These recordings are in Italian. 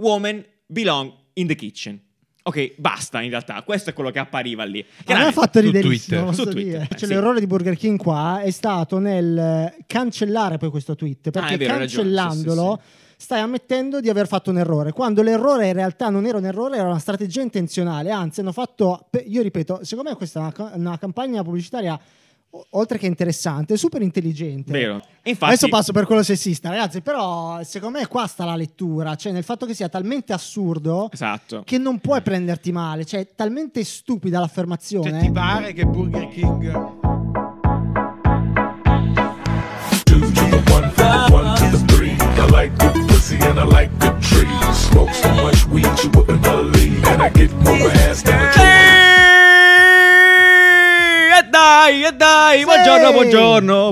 women belong in the kitchen. Ok, basta in realtà, questo è quello che appariva lì. A me ha fatto riderissimo, su Twitter. Cioè, l'errore di Burger King qua è stato nel cancellare poi questo tweet, perché vero, cancellandolo stai ammettendo di aver fatto un errore, quando l'errore in realtà non era un errore, era una strategia intenzionale. Anzi, hanno fatto, io ripeto, secondo me questa è una campagna pubblicitaria oltre che interessante, super intelligente. Vero. Infatti, adesso passo per quello sessista, ragazzi, però secondo me qua sta la lettura, cioè nel fatto che sia talmente assurdo, esatto, che non puoi prenderti male, cioè è talmente stupida l'affermazione. Cioè, ti pare che Burger King I like good pussy and I like good trees. Smoke so much weed you wouldn't believe, and I get more ass than a tree. E dai, buongiorno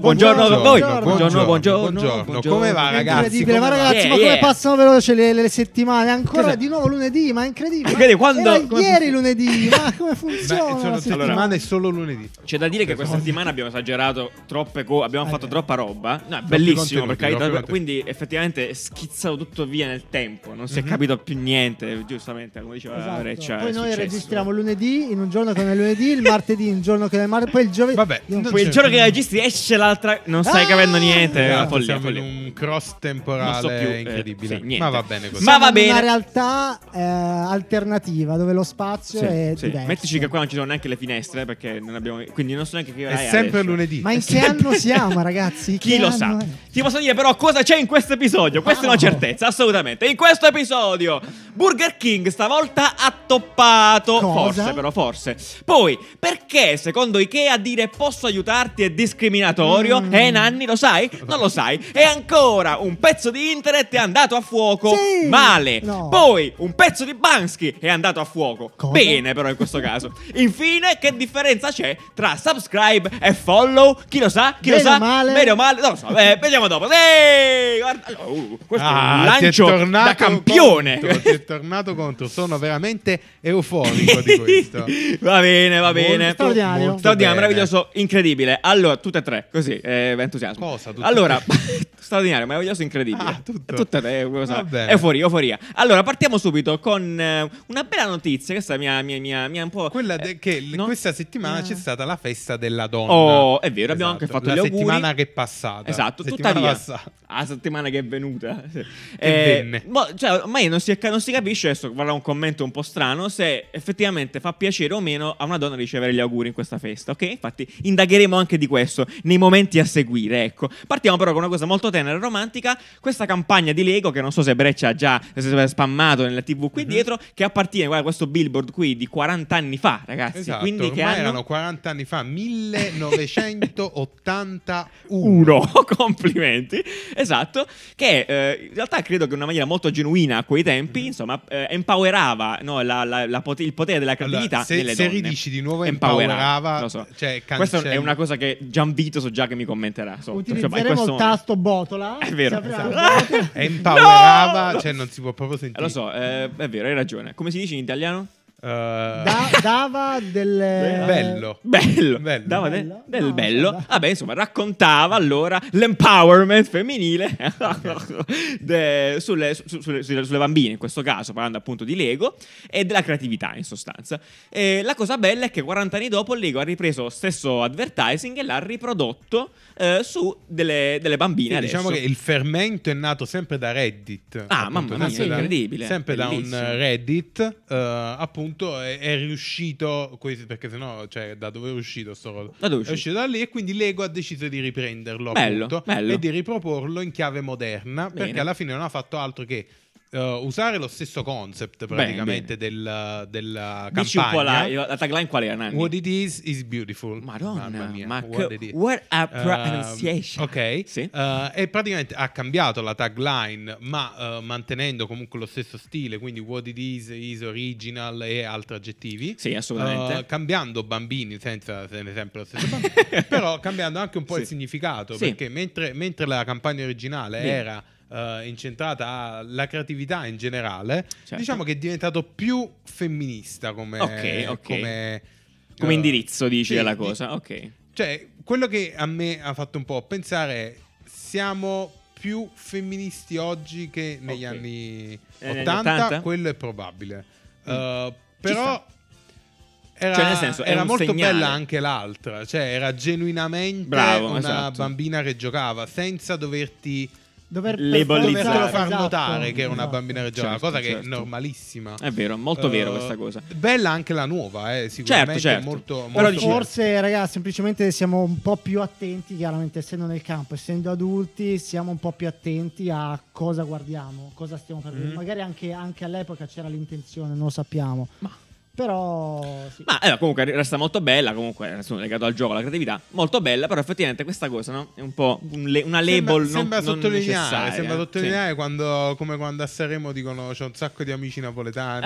Come va, ragazzi? Incredibile, ma ragazzi, ma come passano veloce le settimane? Ancora di nuovo lunedì, ma è incredibile. Era ieri lunedì, ma come funziona? Sono settimane solo lunedì. C'è da dire che questa settimana abbiamo esagerato troppe cose, abbiamo fatto troppa roba. No, è bellissimo, per carità, quindi effettivamente è schizzato tutto via nel tempo, non si è capito più niente, giustamente, come diceva Reccia. Poi noi registriamo lunedì, in un giorno che non è lunedì, il martedì, in un giorno che è martedì, poi il giovedì. Vabbè, poi il giorno che registri esce l'altra, non stai capendo niente. Siamo in un cross temporale incredibile. Sì, ma va bene così. Ma va bene. Una realtà alternativa dove lo spazio è diverso. Mettici che qua non ci sono neanche le finestre, perché non abbiamo, quindi non so neanche che ora è sempre adesso. lunedì. Ma in che anno siamo, ragazzi? Chi lo sa? Ti posso dire però cosa c'è in questo episodio. Questa è una certezza, assolutamente. In questo episodio Burger King stavolta ha toppato. Cosa? Forse. Poi, perché secondo Ikea dire posso aiutarti è discriminatorio? Nanni, lo sai? Non lo sai? E ancora un pezzo di internet è andato a fuoco. Sì. Male. No. Poi un pezzo di Bansky è andato a fuoco. Cosa? Bene però in questo caso. Infine, che differenza c'è tra subscribe e follow? Chi lo sa? Chi Bene lo sa? o male? Bene o male? Non lo so. Vediamo dopo. Sì, guarda. Questo è un lancio da campione. Ti è tornato contro. Sono veramente euforico di questo. Va bene. Straordinario. Straordinario, meraviglioso, incredibile. Allora, tutte e tre, così, entusiasmo. Cosa? Tutte allora, straordinario, meraviglioso, incredibile. Tutto. Tutte e tre, euforia. Allora, partiamo subito con una bella notizia. Questa mi ha un po'. Quella questa settimana c'è stata la festa della donna. Oh, è vero, abbiamo anche fatto la gli auguri. settimana che è passata. Esatto, tuttavia la settimana che è venuta. Venne. Cioè, ormai non si capisce, adesso farà un commento un po' strano, se effettivamente fa piacere o meno a una donna ricevere gli auguri in questa festa, ok? Infatti indagheremo anche di questo nei momenti a seguire, ecco. Partiamo però con una cosa molto tenera e romantica, questa campagna di Lego, che non so se Breccia ha già spammato nella TV qui dietro, che appartiene, guarda, questo billboard qui di 40 anni fa, ragazzi. Esatto, quindi che erano 40 anni fa, 1981. Complimenti. Esatto, che in realtà credo che in una maniera molto genuina a quei tempi, insomma, empowerava, no, il potere della creatività nelle donne. Se ridici di nuovo empowerava, lo so. Cioè, questa è una cosa che Gianvito so già che mi commenterà sotto. Utilizzeremo il tasto botola. È vero. Empowerava, cioè non si può proprio sentire. Lo so, è vero, hai ragione. Come si dice in italiano? Dava del bello. Dava del No, bello. Vabbè, insomma, raccontava allora l'empowerment femminile sulle bambine, in questo caso, parlando appunto di Lego e della creatività, in sostanza. E la cosa bella è che 40 anni dopo Lego ha ripreso lo stesso advertising e l'ha riprodotto su delle bambine. Sì, diciamo che il fermento è nato sempre da Reddit. Mamma mia, è incredibile. Sempre bellissimo. Da un Reddit, appunto. È riuscito, perché sennò, cioè, da dove è uscito è uscito da lì, e quindi Lego ha deciso di riprenderlo bello. E di riproporlo in chiave moderna. Bene. Perché alla fine non ha fatto altro che usare lo stesso concept praticamente della Dici campagna. Un po' la tagline qual era, Nanni? What it is beautiful. Madonna mia, what a pronunciation. Ok, sì. E praticamente ha cambiato la tagline, ma mantenendo comunque lo stesso stile, quindi what it is original e altri aggettivi. Sì, assolutamente. Cambiando bambini senza sempre lo stesso bambino, però cambiando anche un po' il significato, perché mentre la campagna originale era incentrata alla creatività in generale, diciamo che è diventato più femminista come indirizzo, dici, della cosa. Ok. Cioè, quello che a me ha fatto un po' pensare è: siamo più femministi oggi che negli Ok. anni Negli 80, quello è probabile. Però era, Cioè, nel senso, è era un molto segnale. bella anche l'altra, cioè era genuinamente Bravo, una esatto. bambina che giocava senza doverti Labellizzare. dovertelo far Esatto, notare che era una esatto. bambina che giocava, Certo, cosa che certo. è normalissima. È vero, molto vero questa cosa. Bella anche la nuova, sicuramente Certo. molto, Però molto dici- Forse, ragazzi, semplicemente siamo un po' più attenti, chiaramente essendo nel campo, essendo adulti, siamo un po' più attenti a cosa guardiamo, cosa stiamo perdendo. Magari anche all'epoca c'era l'intenzione, non lo sappiamo. Però sì. Ma comunque resta molto bella, comunque legato al gioco, alla creatività, molto bella, però effettivamente questa cosa, no? È un po' una label sembra non sottolineare, necessaria. sembra Sì. sottolineare come quando a Sanremo dicono c'ho un sacco di amici napoletani.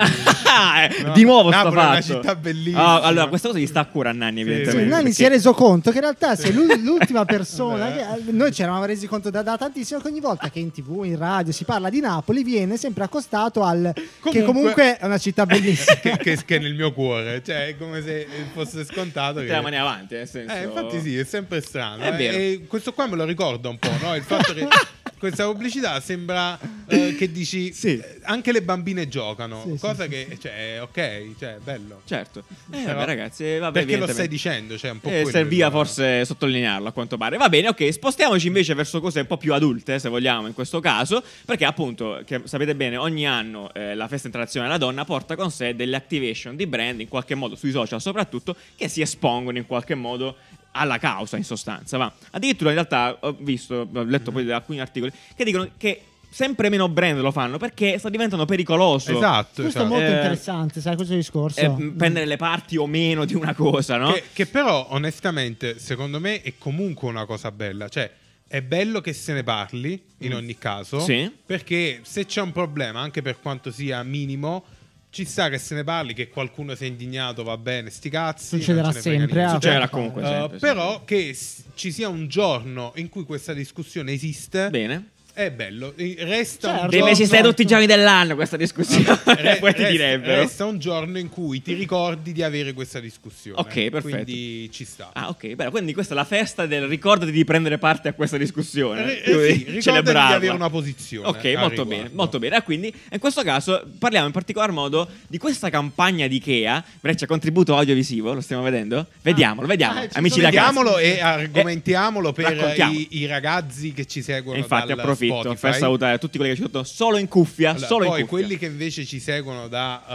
No? Di nuovo sto Napoli è una fatto. città bellissima. Allora, questa cosa gli sta a cuore a Nanni, Sì, evidentemente. Sì, Nanni perché- si è reso conto che in realtà sei l'ultima persona noi ci eravamo resi conto da tantissimo che ogni volta che in TV, in radio si parla di Napoli viene sempre accostato al che comunque è una città bellissima. che è nel mio cuore, cioè è come se fosse scontato Te che... la mani avanti, nel senso. Infatti sì, è sempre strano. È vero. E questo qua me lo ricorda un po', no? Il fatto che questa pubblicità sembra che dici Sì. anche le bambine giocano, Sì, cosa sì, che cioè ok, cioè bello. Certo. Però- Vabbè, ragazzi, vabbè, Perché lo evidentemente. stai dicendo, cioè un po' quello serviva il- forse sottolinearlo a quanto pare. Va bene, ok, spostiamoci invece verso cose un po' più adulte, se vogliamo, in questo caso, perché appunto, che sapete bene, ogni anno la festa internazionale della donna porta con sé delle activation di brand, in qualche modo sui social soprattutto, che si espongono in qualche modo alla causa, in sostanza. Va. Addirittura in realtà ho letto poi alcuni articoli che dicono che sempre meno brand lo fanno perché sta diventando pericoloso. Esatto, Questo è esatto. molto interessante, sai, questo discorso. Prendere le parti o meno di una cosa, no? Che però onestamente secondo me è comunque una cosa bella, cioè è bello che se ne parli in ogni caso, Sì. perché se c'è un problema, anche per quanto sia minimo, ci sta che se ne parli, che qualcuno si è indignato, va bene, sti cazzi. Succederà non ce ne frega sempre, niente. Succederà comunque sempre, sì. Però che ci sia un giorno in cui questa discussione esiste, Bene. è bello. Resta Certo. un Deve giorno... esistere tutti i giorni dell'anno questa discussione. Poi ti direbbero. Resta un giorno in cui ti ricordi di avere questa discussione. Ok, perfetto. Quindi ci sta. Ah, ok, bene. Quindi questa è la festa del ricordati di prendere parte a questa discussione. Sì, ricordati di celebrarla. avere una posizione. Ok, al molto riguardo. bene, molto bene. E quindi in questo caso parliamo in particolar modo di questa campagna di Ikea. Breccia, contributo audiovisivo, lo stiamo vedendo? Vediamolo. Amici da casa. Vediamolo e argomentiamolo per raccontiamo. i ragazzi che ci seguono. E infatti dal approfitto Spotify. per salutare tutti quelli che ci ascoltano solo in cuffia. Allora, solo poi in cuffia. quelli che invece ci seguono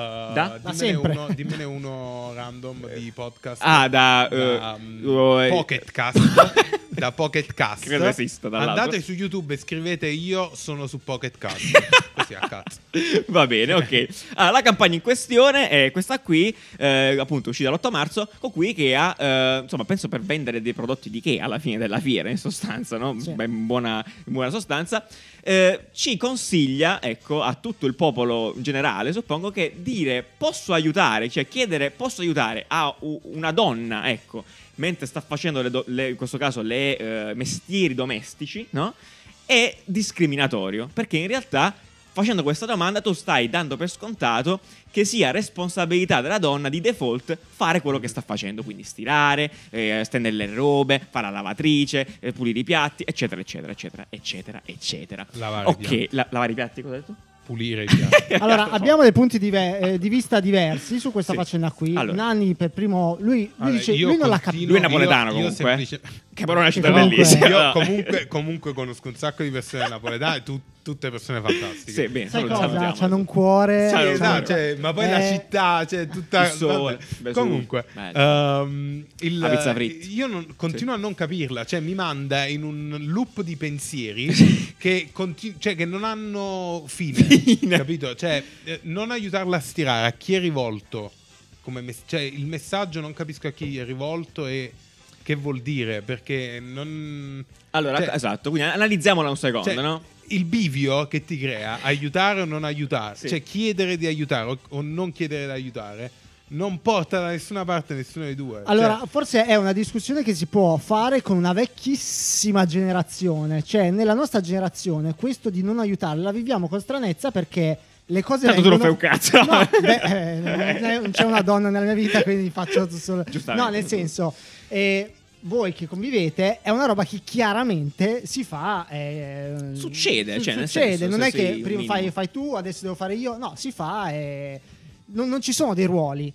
Da sempre. dimmene uno random di podcast. Da Pocket Cast. Da Pocket Cast. Credo esista, dall'altro. Andate su YouTube e scrivete io sono su Pocket Cast. Così a cazzo. Va bene, ok. Allora, la campagna in questione è questa qui, appunto uscita l'8 marzo, con cui Ikea, insomma, penso per vendere dei prodotti di Ikea alla fine della fiera, in sostanza, no? Sì. Beh, in buona sostanza, ci consiglia, ecco, a tutto il popolo in generale, suppongo, che dire posso aiutare, cioè chiedere posso aiutare a una donna, ecco, mentre sta facendo in questo caso le mestieri domestici, no? È discriminatorio, perché in realtà facendo questa domanda tu stai dando per scontato che sia responsabilità della donna di default fare quello che sta facendo, quindi stirare, stendere le robe, fare la lavatrice, pulire i piatti, eccetera, eccetera, eccetera, eccetera, eccetera. Lavare i piatti. Lavare i piatti, cosa hai detto? Pulire i piatti. Allora, abbiamo dei punti di vista diversi su questa Sì. faccenda qui. Allora. Nanni per primo, lui Allora, dice, io lui non l'ha continuo- capito. Lui è napoletano io comunque. semplice- Che però è una città comunque- bellissima. Io comunque conosco un sacco di persone napoletane, tutte persone fantastiche. Sì, bene, Sai lo cosa? salutiamo. C'hanno un cuore. Sì, Sì, lo esatto, so. cioè, ma poi la città, cioè tutta Il sole, vabbè. Vesuvio. Comunque, La pizza fritta. io continuo a non capirla, cioè mi manda in un loop di pensieri che, cioè, che non hanno fine, capito? Cioè, non aiutarla a stirare, a chi è rivolto, cioè il messaggio non capisco a chi è rivolto e che vuol dire, perché non... Allora, cioè, esatto, quindi analizziamola un secondo, cioè, no? il bivio che ti crea, aiutare o non aiutare, Sì. cioè chiedere di aiutare o non chiedere di aiutare, non porta da nessuna parte nessuno dei due. Allora, Cioè, forse è una discussione che si può fare con una vecchissima generazione. Cioè, nella nostra generazione, questo di non aiutare la viviamo con stranezza perché le cose Tanto tu non vengono... fai un cazzo. No, beh, non c'è una donna nella mia vita, quindi faccio solo... Giustamente. No, nel senso, voi che convivete, è una roba che chiaramente si fa. Succede, cioè, nel succede, senso, non se è che sei prima minimo. fai tu, adesso devo fare io. No, si fa e non ci sono dei ruoli.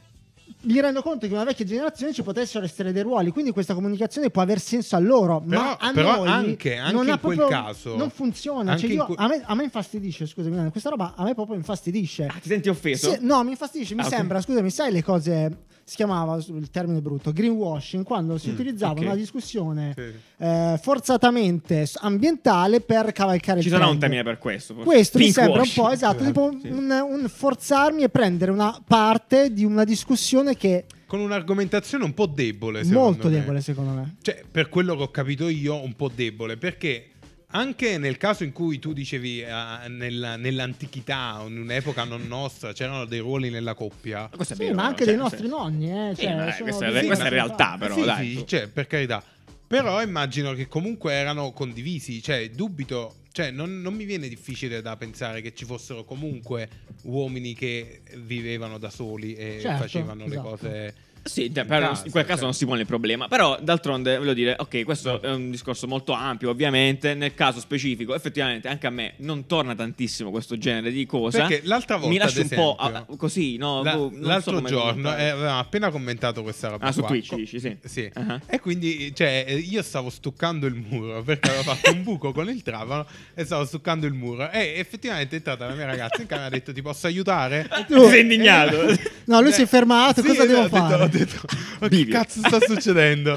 Mi rendo conto che una vecchia generazione ci potessero essere dei ruoli, quindi questa comunicazione può aver senso a loro, ma a però noi anche non in ha quel proprio- caso, non funziona. anche Cioè, in a me infastidisce, scusami, questa roba a me proprio infastidisce. Ah, ti senti offeso? Sì, no, mi infastidisce, mi Ah, ok. sembra, scusami, sai le cose, si chiamava il termine brutto, greenwashing, quando si utilizzava ok. una discussione Sì. forzatamente ambientale per cavalcare Ci il sarà un trend. termine per questo. forse. Questo mi Pink sembra un washing. po' esatto, tipo Sì. un forzarmi e prendere una parte di una discussione che Con un'argomentazione un po' debole, è secondo molto me. debole secondo me. Cioè, per quello che ho capito io, un po' debole, perché anche nel caso in cui tu dicevi nell'antichità o in un'epoca non nostra c'erano dei ruoli nella coppia. Ma questo è Sì, vero, ma anche cioè, dei nostri sì. nonni, Sì, cioè, ma sono questa è- dei- questa è realtà, però, Sì, dai. sì, cioè, per carità. Però immagino che comunque erano condivisi, cioè dubito, cioè non mi viene difficile da pensare che ci fossero comunque uomini che vivevano da soli e Certo, facevano le esatto. cose. Sì, in però casa, in quel caso cioè. non si pone il problema. Però, d'altronde, voglio dire, ok, questo è un discorso molto ampio, ovviamente. Nel caso specifico, effettivamente, anche a me non torna tantissimo questo genere di cosa. Perché l'altra volta, mi lascia ad un po' esempio, così, no? Non so l'altro come giorno commentare. avevamo appena commentato questa roba Ah, su qua. Twitch dici, sì. Sì. Ah. E quindi cioè, io stavo stuccando il muro perché avevo fatto un buco con il trapano e stavo stuccando il muro e effettivamente è entrata la mia ragazza in camera e ha detto ti posso aiutare? Tu sei indignato. No, lui si è fermato, Sì, cosa devo ho detto- fare? Ho detto, ma che Bivio. cazzo sta succedendo?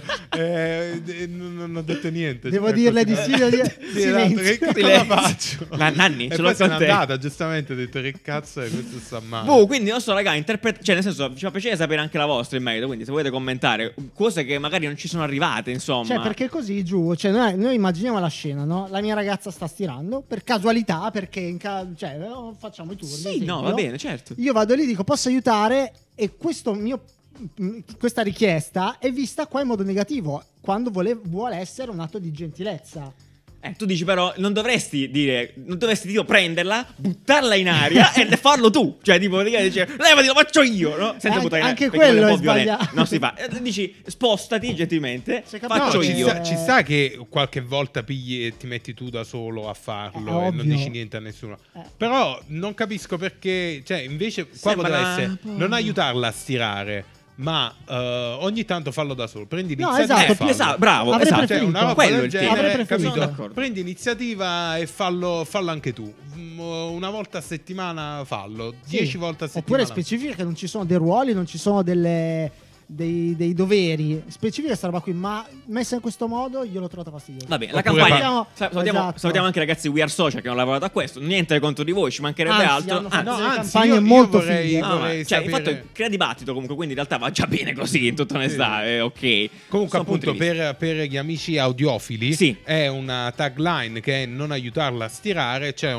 Non ho detto niente. Devo Cioè, dirle di così- sì o di Sì, silenzio. esatto, che cosa faccio? Ma Nanni, E ce poi l'ho se n'è con te. andata, giustamente ho detto che cazzo è, questo sta male. Boh, quindi non so, raga, cioè, nel senso, ci fa piacere sapere anche la vostra in merito. Quindi, se volete commentare cose che magari non ci sono arrivate, insomma. Cioè, perché così giù, cioè, noi immaginiamo la scena, no? La mia ragazza sta stirando per casualità, perché cioè, facciamo i turni. Sì, esempio. no, va bene, certo. Io vado lì, dico posso aiutare e questa richiesta è vista qua in modo negativo, quando vuole essere un atto di gentilezza. Tu dici però, non dovresti tipo prenderla, buttarla in aria e farlo tu. Cioè, tipo, dice, levati, lo faccio io, no? Senza Anche- buttare in aria, anche perché quello un è po' violento. sbagliato. Non si fa. Dici, spostati gentilmente, C'è capito faccio No, che- io. ci sta che qualche volta pigli e ti metti tu da solo a farlo e non ovvio. dici niente a nessuno. Però non capisco perché, cioè, invece qua Sembra poteva una- essere non aiutarla a stirare, ma ogni tanto fallo da solo. Prendi No, l'iniziativa esatto, e fallo. esatto, bravo, Avrei esatto. Cioè, una roba Quello è del il genere, tema. Avrei preferito. capito? Sono d'accordo. Prendi iniziativa e fallo anche tu. Una volta a settimana fallo, Sì. 10 volte a settimana. Oppure specifica che non ci sono dei ruoli, non ci sono dei doveri. Specifica questa roba qui, ma messa in questo modo io l'ho trovata fastidiosa. Va bene, la Oppure campagna. Esatto. Salutiamo anche i ragazzi We Are Social che hanno lavorato a questo. Niente contro di voi, ci mancherebbe Anzi, altro. hanno fatto No, delle anzi, campagne io molto vorrei- fighe. No, ma, vorrei cioè, il sapere- fatto crea dibattito comunque, quindi in realtà va già bene così, in tutta onestà, ok. Comunque, Sono punti appunto, di vista. per gli amici audiofili Sì. è una tagline che è non aiutarla a stirare. C'è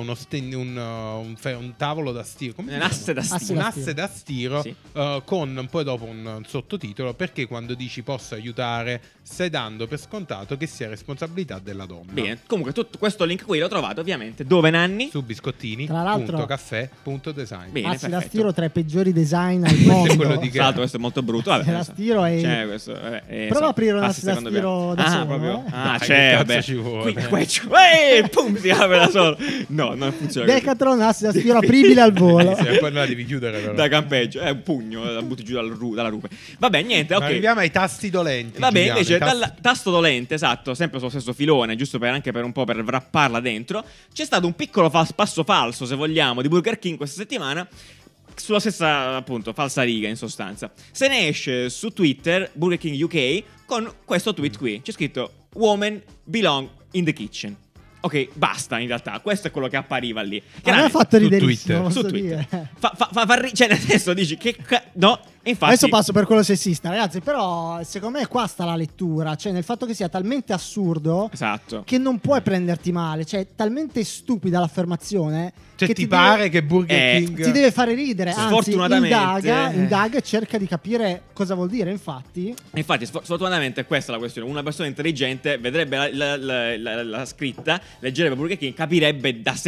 un tavolo da stiro. Come si Un chiama? asse da Asse stiro. Un asse da stiro Sì. con poi dopo un sottotitolo, perché quando dici posso aiutare stai dando per scontato che sia responsabilità della donna. Bene, comunque tutto questo link qui l'ho trovato ovviamente. Dove, Nanni? Su biscottini Tra l'altro- caffè.design. Bene, Assi da perfetto. stiro tra i peggiori design al mondo. quello di Tra l'altro questo è molto brutto. Vabbè, Asse da stiro è- Cioè, questo, vabbè, Prova a aprire un passi asse da secondo stiro piano. da Ah, solo, proprio. eh. Ah, Dai, che c'è, cazzo vabbè. ci vuole? Pum, si apre da solo. No, non funziona così. Decathlon asse da stiro apribile al volo. Sì, poi la devi chiudere però. Da campeggio, è un pugno, la butti giù dalla rupe. Vabbè, niente, Ma ok. arriviamo ai tasti dolenti. Vabbè, Giuliano, invece i tasti- dal tasto dolente, esatto, sempre sullo stesso filone, giusto anche per un po' per wrapparla dentro, c'è stato un piccolo passo falso, se vogliamo, di Burger King questa settimana, sulla stessa, appunto, falsa riga in sostanza. Se ne esce su Twitter, Burger King UK, con questo tweet qui. C'è scritto "Women belong in the kitchen". Ok, basta in realtà, questo è quello che appariva lì. Che A me era- ha fatto su riderissimo, Twitter, su posso Twitter. dire. Cioè, nel senso, dici che... no, infatti... Adesso passo per quello sessista, ragazzi, però secondo me qua sta la lettura, cioè nel fatto che sia talmente assurdo Esatto. che non puoi prenderti male, cioè è talmente stupida l'affermazione Cioè, che ti pare che Burger Eh, King ti deve fare ridere, anzi Sfortunatamente- indaga e cerca di capire cosa vuol dire, infatti Infatti, sfortunatamente è questa la questione. Una persona intelligente vedrebbe la scritta, leggerebbe Burger King, capirebbe da sé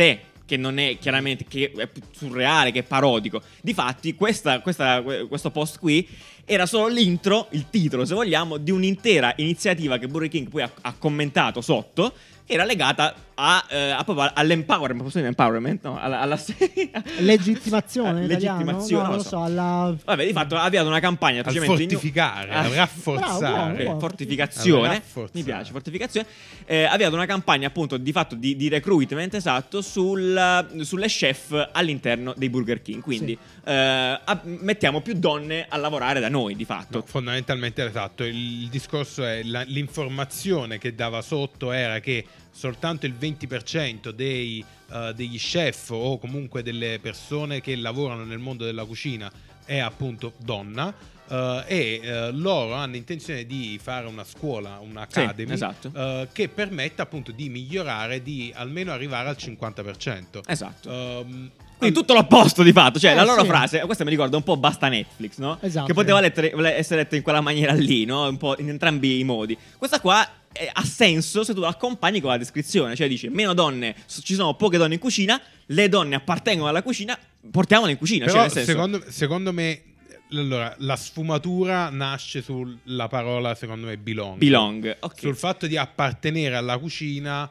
che non è chiaramente, che è più surreale, che è parodico. Difatti questo post qui era solo l'intro, il titolo se vogliamo, di un'intera iniziativa che Burger King poi ha commentato sotto, che era legata proprio all'empowerment, posso dire empowerment? No, alla legittimazione in italiano? legittimazione, no, non lo so, alla... Vabbè, di fatto ha avviato una campagna al fortificare, al rafforzare. Buono. Fortificazione, mi piace, fortificazione. Ha avviato una campagna appunto di fatto di recruitment, esatto, sulle chef all'interno dei Burger King. Quindi mettiamo più donne a lavorare da noi, di fatto. No, fondamentalmente esatto, il discorso è l'informazione che dava sotto era che soltanto il 20% degli chef o comunque delle persone che lavorano nel mondo della cucina è appunto donna, e loro hanno intenzione di fare una scuola, un'academy, esatto. Che permetta appunto di migliorare, di almeno arrivare al 50%. Esatto. Quindi tutto l'opposto di fatto, cioè la loro frase, questa mi ricorda un po' Basta Netflix, no? Esatto. Che poteva essere letta in quella maniera lì, no? Un po' in entrambi i modi. Questa qua ha senso se tu la accompagni con la descrizione, cioè dici meno donne, ci sono poche donne in cucina, le donne appartengono alla cucina, portiamole in cucina. Però cioè, nel senso... secondo me, allora, la sfumatura nasce sulla parola, secondo me, belong. Belong, ok. Sul fatto di appartenere alla cucina,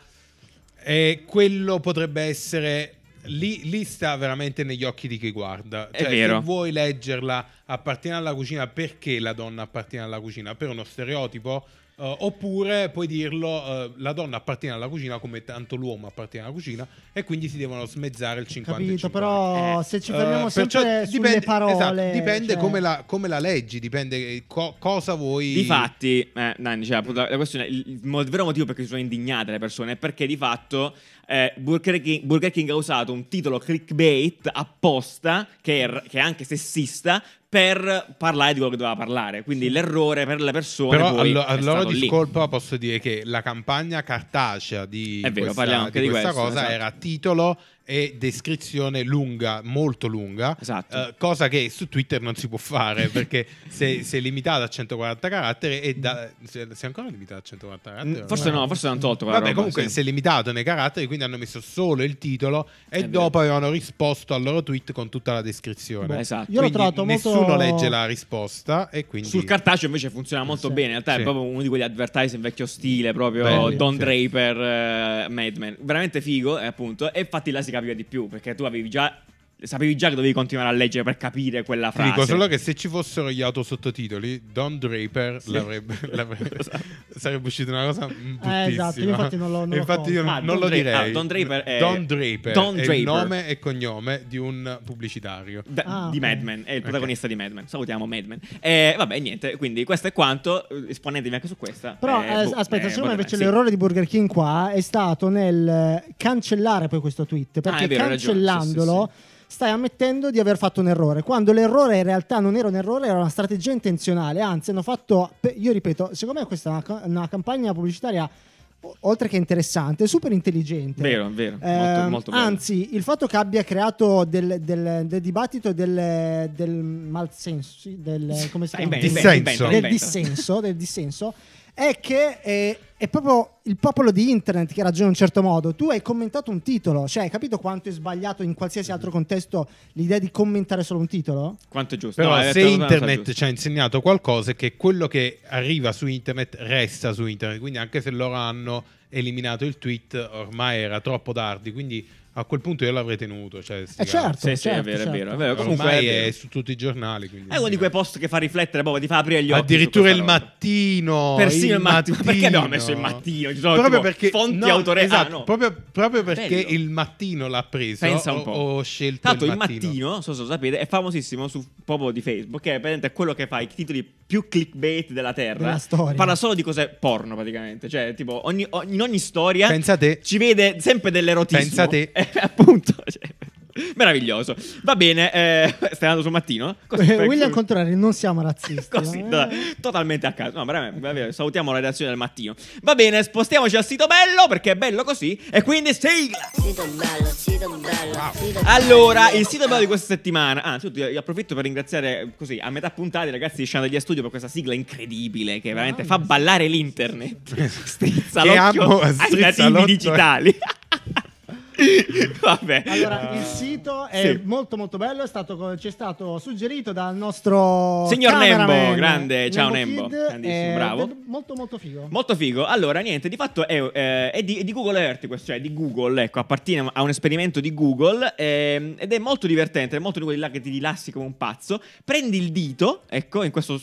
e quello potrebbe essere... Lì sta veramente negli occhi di chi guarda. Cioè, è vero. se vuoi leggerla, appartiene alla cucina, perché la donna appartiene alla cucina? Per uno stereotipo? Oppure puoi dirlo, la donna appartiene alla cucina come tanto l'uomo appartiene alla cucina, e quindi si devono smezzare il 50 Capito, e 50. Però se ci fermiamo sempre sulle parole, esatto, dipende cioè... come la leggi, dipende cosa vuoi. Difatti, Nanni, cioè, la questione, il vero motivo per cui si sono indignate le persone è perché di fatto Burger King ha usato un titolo clickbait apposta che è anche sessista per parlare di quello che doveva parlare. Quindi l'errore per le persone. Però poi allora di scolpa posso dire che la campagna cartacea di questa cosa era titolo e descrizione lunga, molto lunga, esatto. Cosa che su Twitter non si può fare perché se è limitata a 140 caratteri e se è ancora limitata a 140 caratteri, forse no, forse hanno tolto vabbè, comunque si è limitato nei caratteri, quindi hanno messo solo il titolo e dopo avevano risposto al loro tweet con tutta la descrizione. Esatto. Io l'ho trovato nessuno legge la risposta e quindi sul cartaceo invece funziona molto bene. In realtà è proprio uno di quegli advertising vecchio stile, proprio belli, Don Draper, Mad Men, veramente figo, appunto. E infatti là si capiva di più perché tu sapevi già che dovevi continuare a leggere per capire quella frase. Ti dico solo che se ci fossero gli autosottotitoli, Don Draper sarebbe uscita una cosa bruttissima. Esatto, io infatti non lo direi. Don Draper è il nome e cognome di un pubblicitario di Mad Men, è il protagonista di Mad Men. Salutiamo Mad Men. Vabbè, niente, quindi questo è quanto. Esponetevi anche su questa. Però aspetta, secondo me invece l'errore di Burger King qua è stato nel cancellare poi questo tweet, perché cancellandolo stai ammettendo di aver fatto un errore, quando l'errore in realtà non era un errore, era una strategia intenzionale. Anzi, hanno fatto, io ripeto, secondo me questa è una campagna pubblicitaria oltre che interessante, super intelligente. Vero, molto bello. Anzi, il fatto che abbia creato del dibattito del malsenso, come si chiama? Del dissenso, è che è proprio il popolo di internet che ragiona in un certo modo. Tu hai commentato un titolo, cioè hai capito quanto è sbagliato in qualsiasi altro contesto l'idea di commentare solo un titolo? Quanto è giusto. Però se internet ci ha insegnato qualcosa è che quello che arriva su internet resta su internet, quindi anche se loro hanno eliminato il tweet ormai era troppo tardi, quindi a quel punto io l'avrei tenuto. Cioè, certo, è vero. Comunque ormai è su tutti i giornali. È uno di quei post che fa riflettere, proprio ti fa aprire gli occhi. Addirittura il mattino. Persino il mattino. Perché abbiamo messo il mattino? Ci sono proprio perché fonti autorevoli. Esatto, proprio perché il mattino l'ha preso. Pensa un po'. Ho scelto tanto il mattino. Non so se lo sapete, è famosissimo sul popolo di Facebook, che è quello che fa i titoli più clickbait della terra. Parla solo di cose porno praticamente. Cioè, tipo, in ogni storia ci vede sempre dell'erotismo. Pensate. Appunto. Meraviglioso. Va bene, stai andando sul mattino? William Contrari, non siamo razzisti. Così, totalmente a caso. No, veramente, salutiamo la redazione del mattino. Va bene, spostiamoci al sito bello perché è bello così. E quindi sigla. Sito bello. Allora, il sito bello di questa settimana. Anzi, io approfitto per ringraziare così a metà puntata i ragazzi di Sciana degli Studio per questa sigla incredibile che veramente fa ballare l'internet. Strizza l'occhio ai nativi digitali. Vabbè. Allora, il sito è molto molto bello, ci è stato suggerito dal nostro signor cameraman, Nembo, grande, ciao Nembo, Kid, grandissimo, bravo. Molto molto figo. Molto figo. Allora, niente, di fatto è di Google Earth questo, cioè di Google, ecco, appartiene a un esperimento di Google ed è molto divertente, è molto di quelli là che ti rilassi come un pazzo. Prendi il dito, ecco, in questo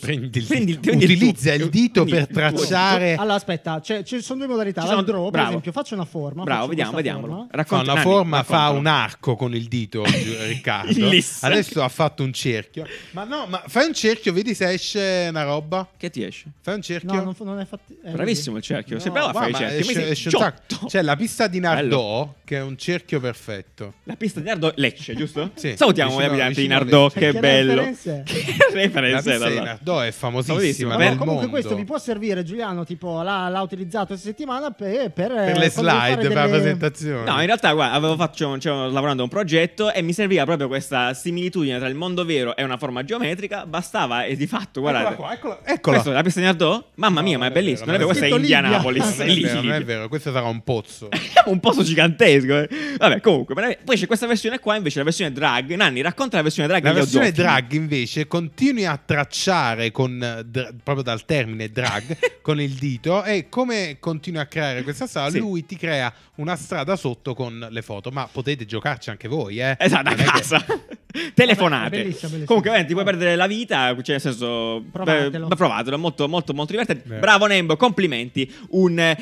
utilizza il dito per tracciare. Allora, aspetta, ci sono due modalità. Ci sono- Il draw, per bravo. esempio, faccio una forma. Bravo, faccio vediamo, questa vediamolo. forma. Fa Racconta, una Nanni, forma, fa raccontalo. un arco con il dito, Riccardo. Illisso. Adesso ha fatto un cerchio. Ma no, ma fai un cerchio, vedi se esce una roba. Che ti esce? Fai un cerchio. No, non è fatto. Bravissimo il cerchio. No, Sei bravo a fare i guarda, cerchi. esce un sacco. C'è la pista di Nardò, che è un cerchio perfetto. La pista di Nardò Lecce, giusto? Sì. Salutiamo gli Vicino- abitanti di vicino a Nardò, Lecce. che Che bello. referenze? Che La referenze pista di allora. Nardò è Famosissima. famosissima Beh, nel Comunque mondo. questo vi può servire, Giuliano, tipo l'ha utilizzato questa settimana per per le quando devi slide, fare per la delle- presentazione. No, in realtà guarda, c'ero lavorando a un progetto e mi serviva proprio questa similitudine tra il mondo vero e una forma geometrica. Bastava e di fatto, guardate. Eccola. Questa è la pista di Nardò? Mamma mia, ma è bellissimo. Non è vero, questa è Scritto Libia. Indianapolis. Non è vero, non è vero, questo sarà un pozzo. Un posto gigantesco. Vabbè, comunque. Poi c'è questa versione qua, invece, la versione drag. Nanni, racconta la versione drag. La degli versione audiobook. drag invece continui a tracciare proprio dal termine drag con il dito, e come continui a creare questa strada, Sì. lui ti crea una strada sotto con le foto, ma potete giocarci anche voi, Esatto, a Non è che- casa. Telefonate. Vabbè, è bellissimo. Comunque, veramente, ti puoi perdere la vita. Cioè, nel senso, Provatelo. provatelo. È molto, molto, molto divertente. Beh. Bravo, Nembo. Complimenti. Un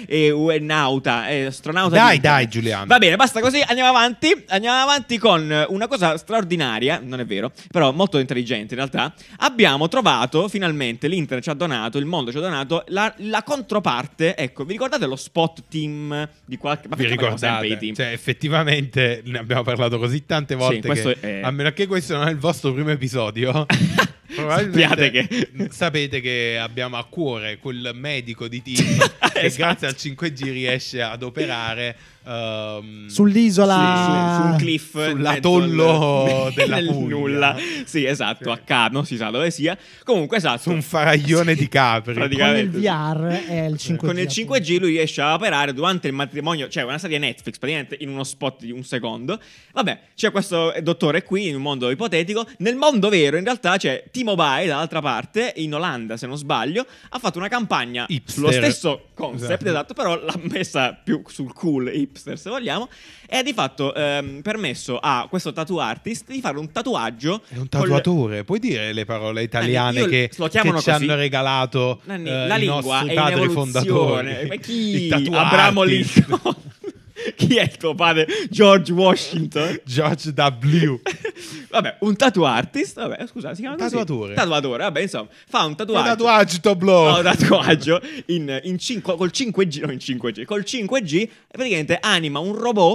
nauta, astronauta. Dai, di- dai, Giuliano. Va bene, basta così. Andiamo avanti. Andiamo avanti con una cosa straordinaria. Non è vero, però molto intelligente in realtà. Abbiamo trovato finalmente. L'internet ci ha donato, il mondo ci ha donato la controparte. Ecco, vi ricordate lo spot team di qualche. Ma Vi perché parliamo sempre ricordate? di team? Cioè, effettivamente ne abbiamo parlato così tante volte questo che, è- a meno che questo non è il vostro primo episodio, Sappiate che- sapete che abbiamo a cuore quel medico di team che Esatto. grazie al 5G riesce ad operare sull'isola su un cliff sull'atollo della nel Puglia. nulla. Sì, esatto, Sì. a Cap, non si sa dove sia. Comunque, esatto. su un faraglione di capri. con il praticamente, sì. VR e il 5G. Con il 5G lui riesce a operare durante il matrimonio, cioè una serie Netflix, praticamente in uno spot di un secondo. Vabbè, c'è questo dottore qui in un mondo ipotetico. Nel mondo vero, in realtà, c'è T-Mobile dall'altra parte, in Olanda, se non sbaglio, ha fatto una campagna Hipster. sullo stesso concept, Esatto. esatto, però l'ha messa più sul cool hipster, se vogliamo, e ha di fatto permesso a questo tattoo artist di fare un tatuaggio. È un tatuatore, puoi dire le parole italiane Io che lo chiamano ci così. hanno regalato Nanni, i la lingua nostri è in padri evoluzione. fondatori. Ma I chi? tattoo Abramo artist. Lincoln. Chi è il tuo padre? George Washington. George W. Vabbè, un tattoo artist. Vabbè, scusa, si chiama così? Tatuatore. Tatuatore, vabbè, insomma, fa un tatuaggio. Tatuaggio Toblo. No, un tatuaggio col 5G, non in 5G, col 5G praticamente anima un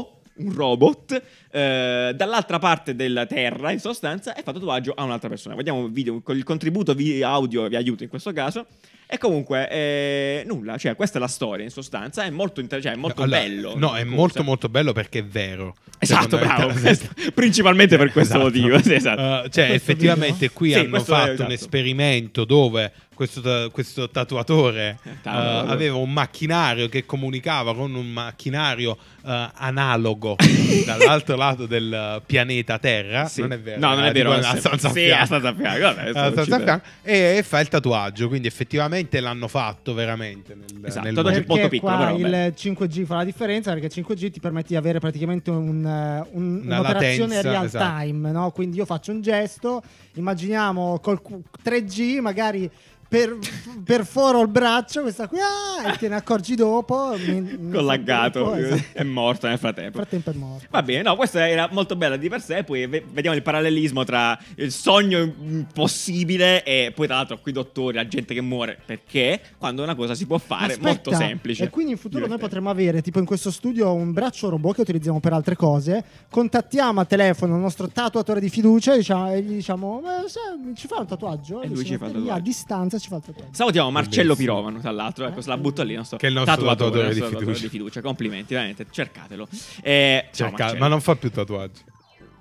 robot dall'altra parte della terra, in sostanza, e fa tatuaggio a un'altra persona. Vediamo un video con il contributo audio, vi aiuto in questo caso. E comunque nulla, cioè questa è la storia in sostanza, è molto, cioè, è molto Allora, bello. No, è molto molto bello perché è vero. Esatto, bravo. Fondamentalmente. Principalmente per questo Esatto. motivo. Sì, esatto. Cioè, Questo effettivamente qui Sì, hanno questo è fatto esatto. un esperimento dove questo tatuatore Tatuatore. aveva un macchinario che comunicava con un macchinario analogo dall'altro lato del pianeta Terra. Sì. Non è vero? No, non è vero. Tipo a stanza a Sì, fianco. a stanza a fianco. Vabbè, A adesso stanza ci a vedo. fianco. E fa il tatuaggio, quindi effettivamente l'hanno fatto veramente Esatto, nel tatuaggio mondo. molto Perché piccolo, qua però, il 5G fa la differenza, perché il 5G ti permette di avere praticamente un'operazione latenza, real esatto. time, no? Quindi io faccio un gesto, immaginiamo col 3G magari perforo il braccio, questa qui, e te ne accorgi dopo. Collagato, Esatto. è morto nel Nel frattempo. frattempo è morto. Va bene, no, questa era molto bella di per sé. Poi vediamo il parallelismo tra il sogno impossibile e poi, tra l'altro, qui dottori, la gente che muore. Perché quando una cosa si può fare, Aspetta, molto semplice. E quindi in futuro noi Divertente. potremmo avere, tipo in questo studio, un braccio robot che utilizziamo per altre cose. Contattiamo a telefono il nostro tatuatore di fiducia e gli diciamo: ci fa un tatuaggio? E lui ci fa il lì tatuaggio. a distanza ci fa il tatuaggio. Salutiamo Marcello Bellissimo. Pirovano, tra l'altro. Ecco, se la butto lì. Nostro Che è il nostro tatuatore nostro di fiducia. Complimenti, veramente. Cercatelo. Ciao, Cerca- Marcello. ma non fa più tatuaggi.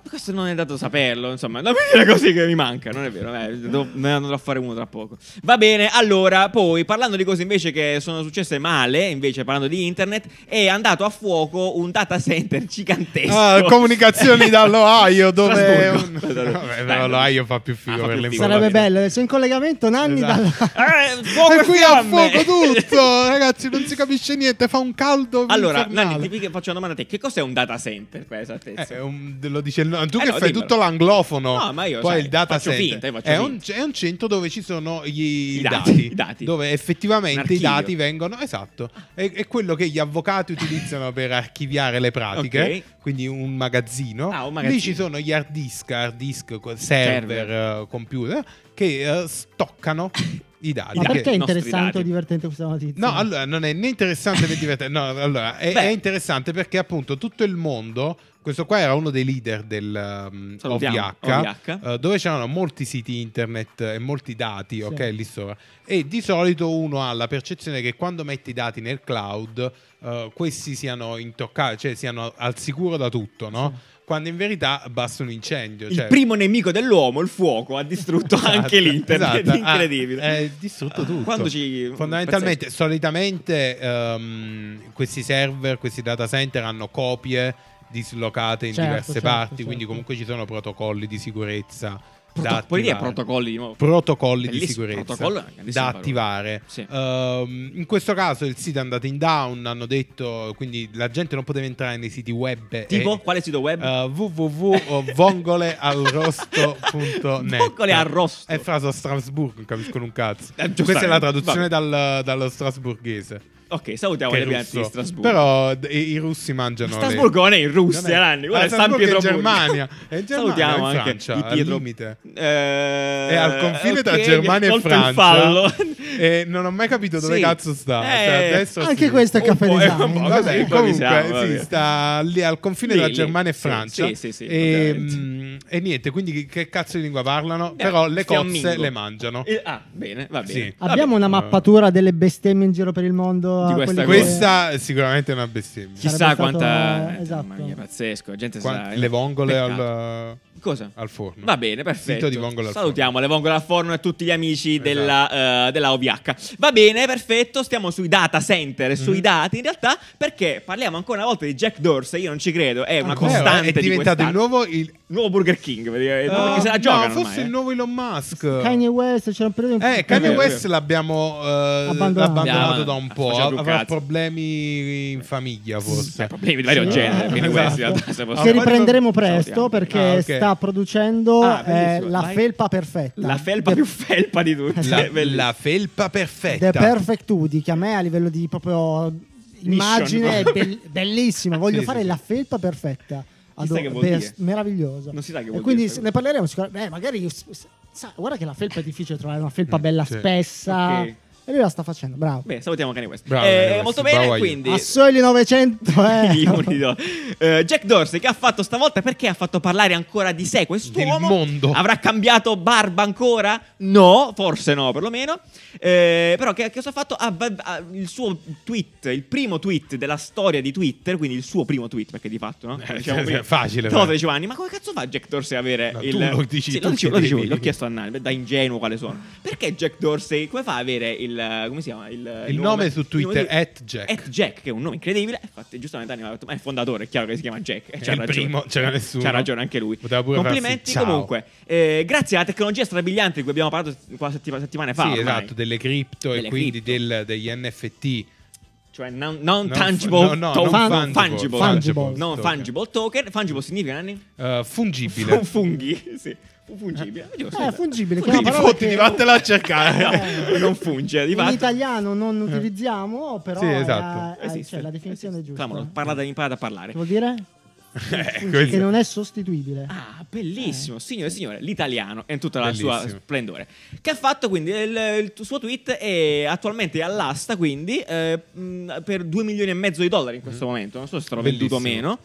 Questo non è dato saperlo, insomma, non mi dire così che mi manca, non è vero, ne andrò a fare uno tra poco. Va bene, allora, poi parlando di cose invece che sono successe male, invece parlando di internet, è andato a fuoco un data center gigantesco. Comunicazioni dall'Ohio, dove Strasburgo. l'Ohio fa più figo per le Sarebbe bello, se in collegamento Nanni Fuoco e e qui a fiamme! fuoco tutto, ragazzi, non si capisce niente, fa un caldo Allora, infernale. Nanni, faccio una domanda a te, che cos'è un data center per esattezza? Lo dice tu no, che fai dimmelo. tutto l'anglofono. No, ma io, poi sai, il data faccio center finta, io faccio è finta. è un centro dove ci sono i dati. dati, dove Un effettivamente i archivio. dati vengono, esatto, è quello che gli avvocati utilizzano per archiviare le pratiche, Ok. quindi un magazzino. Un magazzino. Lì ci sono gli hard disk, server, computer che stoccano i dati. Ma perché è i nostri interessante dati. o divertente questa notizia? No, allora non è né interessante né divertente. No, allora è interessante perché appunto tutto il mondo. Questo qua era uno dei leader del Salutiamo, OVH, dove c'erano molti siti internet e molti dati, ok, lì sopra. E di solito uno ha la percezione che quando metti i dati nel cloud, questi siano intoccabili, cioè siano al sicuro da tutto, no? Sì. Quando in verità basta un incendio. Il primo nemico dell'uomo, il fuoco, ha distrutto anche l'internet. Esatto. Incredibile. È distrutto tutto. Quando Fondamentalmente, solitamente questi server, questi data center hanno copie dislocate in diverse parti, quindi comunque ci sono protocolli di sicurezza Puoi dire protocolli di nuovo. protocolli di Bellissimo, sicurezza protocollo è una grandissima da parola. attivare. Sì. In questo caso il sito è andato in down, hanno detto, quindi la gente non poteva entrare nei siti web. Tipo? Quale sito web? www.vongolearrosto.net. Vongole arrosto. È fraso Strasburgo, non capiscono un cazzo. Giustamente. Questa è la traduzione dallo strasburghese. Ok, salutiamo Che gli è abitanti russo. di Strasburgo. Però i russi mangiano Strasburgo non è in Russia, Nanni. Guarda, San Strasburgo è in Pietroburgo. Germania. È in Germania, Salutiamo è in anche Francia, i al Pietro. limite. È al confine tra ok, Germania e colto il Francia. fallo. E non ho mai capito dove Sì. cazzo sta. Cioè, adesso Anche sì. questo è caffè Un po', design. un po', Vabbè, un po' comunque diciamo, sì, vabbè. sta lì al confine Lì, tra lì. Germania e Sì, Francia. sì, e niente, quindi che cazzo di lingua parlano? Però le fiammingo. cozze le mangiano. Bene, va bene. Sì. Abbiamo una mappatura delle bestemmie in giro per il mondo. Di a questa quelli cosa. che- Questa sicuramente è una bestemmia. Chissà Sarebbe quanta. stato- esatto. Mamma mia, pazzesco. La gente sa. Le vongole Peccato. Cosa? al forno. Va bene, perfetto. Sito di vongole al Salutiamo le vongole al forno e tutti gli amici Esatto. della OVH. Va bene, perfetto. Stiamo sui data center e sui dati in realtà, perché parliamo ancora una volta di Jack Dorsey. Io non ci credo, è una costante. È diventato il nuovo Burger King, praticamente, perché se la giocano. no, forse ormai, il nuovo Elon Musk. Kanye West, c'era un periodo in cui Kanye vero, West vero. l'abbiamo Abbandonato. abbandonato da un po'. Faceva più Avrà cazzo. problemi in famiglia, forse. problemi di vario Sì. genere. Kanye Esatto. West, in realtà, se posso che dire. riprenderemo Salutiamo. presto perché Ah, ok. sta producendo bellissimo. la Vai. felpa perfetta. La felpa più felpa di tutte. La felpa perfetta. The Perfect Hoodie, che a me a livello di proprio immagine è bellissima. Voglio Sì, fare sì, la felpa perfetta. Chissà che vuol dire. Meraviglioso. Non si sa che E vuol quindi dire. ne parleremo sicuramente. Magari guarda che la felpa è difficile trovare una felpa bella sì. spessa. Ok. E lui la sta facendo, bravo. Beh, salutiamo Kanye West. Bravo, Kanye West, molto bravo bene, a io. quindi. A soli 900 milioni di dollari. Jack Dorsey che ha fatto stavolta, perché ha fatto parlare ancora di sé quest'uomo? Del mondo. Avrà cambiato barba ancora? No, forse no perlomeno. Però che cosa ha fatto? Il suo tweet, il primo tweet della storia di Twitter, quindi il suo primo tweet, perché di fatto, no? È facile. Dopo 10 anni, ma come cazzo fa Jack Dorsey a avere No, il... tu lo dici, Sì, tu lo ci dicevo, devi. l'ho chiesto a Nani, da ingenuo quale sono. Perché Jack Dorsey, come fa a avere il... come si chiama? Il nome su Twitter, @Jack. Jack, che è un nome incredibile. Infatti, giustamente Dani mi ha detto, ma è il fondatore, è chiaro che si chiama Jack. È il primo, c'era nessuno. C'ha ragione anche lui. Poteva pure Complimenti farsi ciao. comunque. Grazie alla tecnologia strabiliante di cui abbiamo parlato qualche settimane fa. Sì, ormai. esatto, delle cripto Delle e quindi cripto. degli NFT. Cioè non tangible, non fungible. Fungible. Non fungible token. Fungible significa, Nanni? Fungibile. Funghi, sì. Fungibile. Giusto, È esatto. fungibile. Che è una Quindi parola fottiti, che vattela a cercare. No, non funge, di in fatto. italiano non utilizziamo, però Sì, esatto. Esiste. cioè, la definizione è giusta. Clamolo, imparate a parlare. Che vuol dire? Che Questo- non è sostituibile. Ah, bellissimo, signore e signore, l'italiano è in tutta la sua Bellissimo. splendore. Che ha fatto quindi il suo tweet è attualmente all'asta, quindi per $2,5 milioni in questo momento. Non so se sarà venduto o Bellissimo.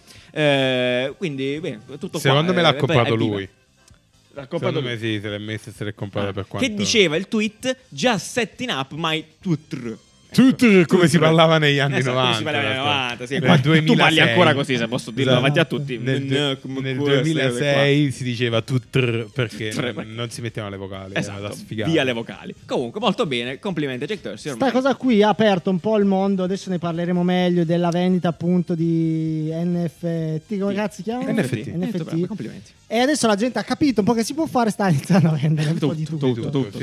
meno. Quindi, bene, tutto Secondo qua. me l'ha comprato è viva. lui. L'ha comprato Secondo me lui. sì, se l'è messo e se l'è comprato per quanto. Che diceva il tweet: just setting up my Twitter. Come si parlava negli anni Esatto, 90. come si parlava negli anni 90, sì. Nel Qua tu 2006. parli ancora così, se posso dirlo Esatto. davanti a tutti. Nel 2006 si diceva perché Tutr. non si mettevano le vocali. Era da Esatto, sfigare. via le vocali. Comunque, molto bene, complimenti a Jack Dorsey. Sta cosa qui ha aperto un po' il mondo, adesso ne parleremo meglio, della vendita appunto di NFT, come cazzo si chiama? NFT. Complimenti. E adesso la gente ha capito un po' che si può fare, sta iniziando a vendere un po' di tutto.